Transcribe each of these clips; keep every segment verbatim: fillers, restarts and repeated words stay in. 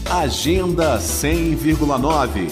Agenda cem vírgula nove.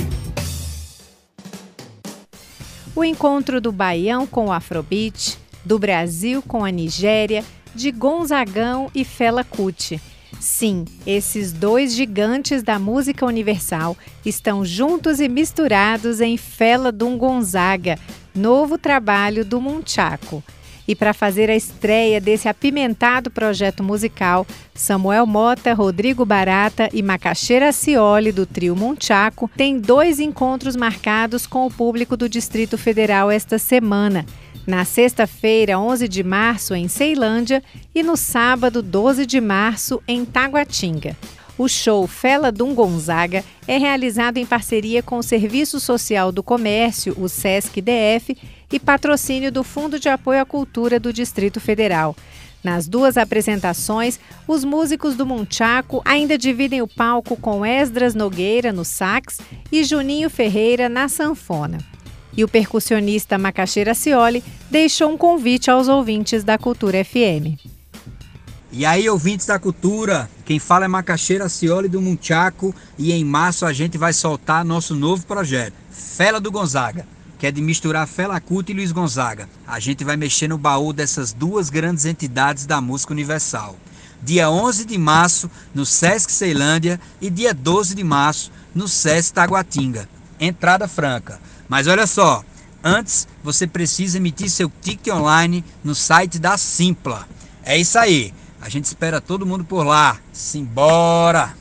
O encontro do Baião com o Afrobeat, do Brasil com a Nigéria, de Gonzagão e Fela Kuti. Sim, esses dois gigantes da música universal estão juntos e misturados em Fela Dum Gonzaga, novo trabalho do Munchaco. E para fazer a estreia desse apimentado projeto musical, Samuel Mota, Rodrigo Barata e Macaxeira Cioli, do trio Munchaco, têm dois encontros marcados com o público do Distrito Federal esta semana. Na sexta-feira, onze de março, em Ceilândia, e no sábado, doze de março, em Taguatinga. O show Fela Dum Gonzaga é realizado em parceria com o Serviço Social do Comércio, o SESC-D F, e patrocínio do Fundo de Apoio à Cultura do Distrito Federal. Nas duas apresentações, os músicos do Munchaco ainda dividem o palco com Esdras Nogueira no sax e Juninho Ferreira na sanfona. E o percussionista Macaxeira Cioli deixou um convite aos ouvintes da Cultura F M. E aí, ouvintes da Cultura, quem fala é Macaxeira Cioli do Munchaco, e em março a gente vai soltar nosso novo projeto, Fela do Gonzaga, que é de misturar Fela Kuti e Luiz Gonzaga. A gente vai mexer no baú dessas duas grandes entidades da música universal. Dia onze de março no Sesc Ceilândia e dia doze de março no Sesc Taguatinga. Entrada franca. Mas olha só, antes você precisa emitir seu ticket online no site da Simpla. É isso aí. A gente espera todo mundo por lá. Simbora!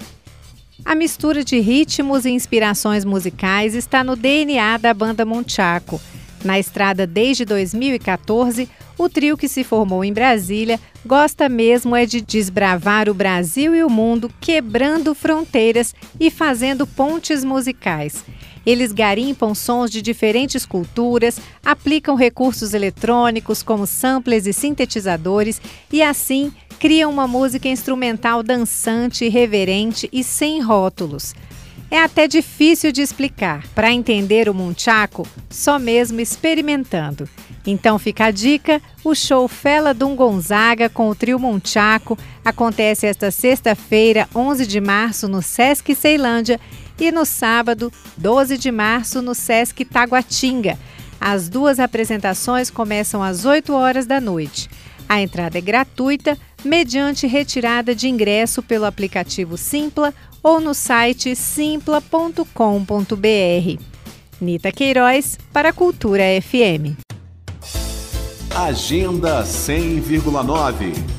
A mistura de ritmos e inspirações musicais está no D N A da banda Munchaco. Na estrada desde dois mil e quatorze, o trio que se formou em Brasília gosta mesmo é de desbravar o Brasil e o mundo, quebrando fronteiras e fazendo pontes musicais. Eles garimpam sons de diferentes culturas, aplicam recursos eletrônicos como samplers e sintetizadores e assim criam uma música instrumental dançante, irreverente e sem rótulos. É até difícil de explicar. Para entender o Munchaco, só mesmo experimentando. Então fica a dica, o show Fela Dum Gonzaga com o trio Munchaco acontece esta sexta-feira, onze de março, no Sesc Ceilândia e no sábado, doze de março, no Sesc Taguatinga. As duas apresentações começam às oito horas da noite. A entrada é gratuita, mediante retirada de ingresso pelo aplicativo Simpla ou no site simpla ponto com ponto b r. Nita Queiroz, para a Cultura F M. Agenda cem vírgula nove.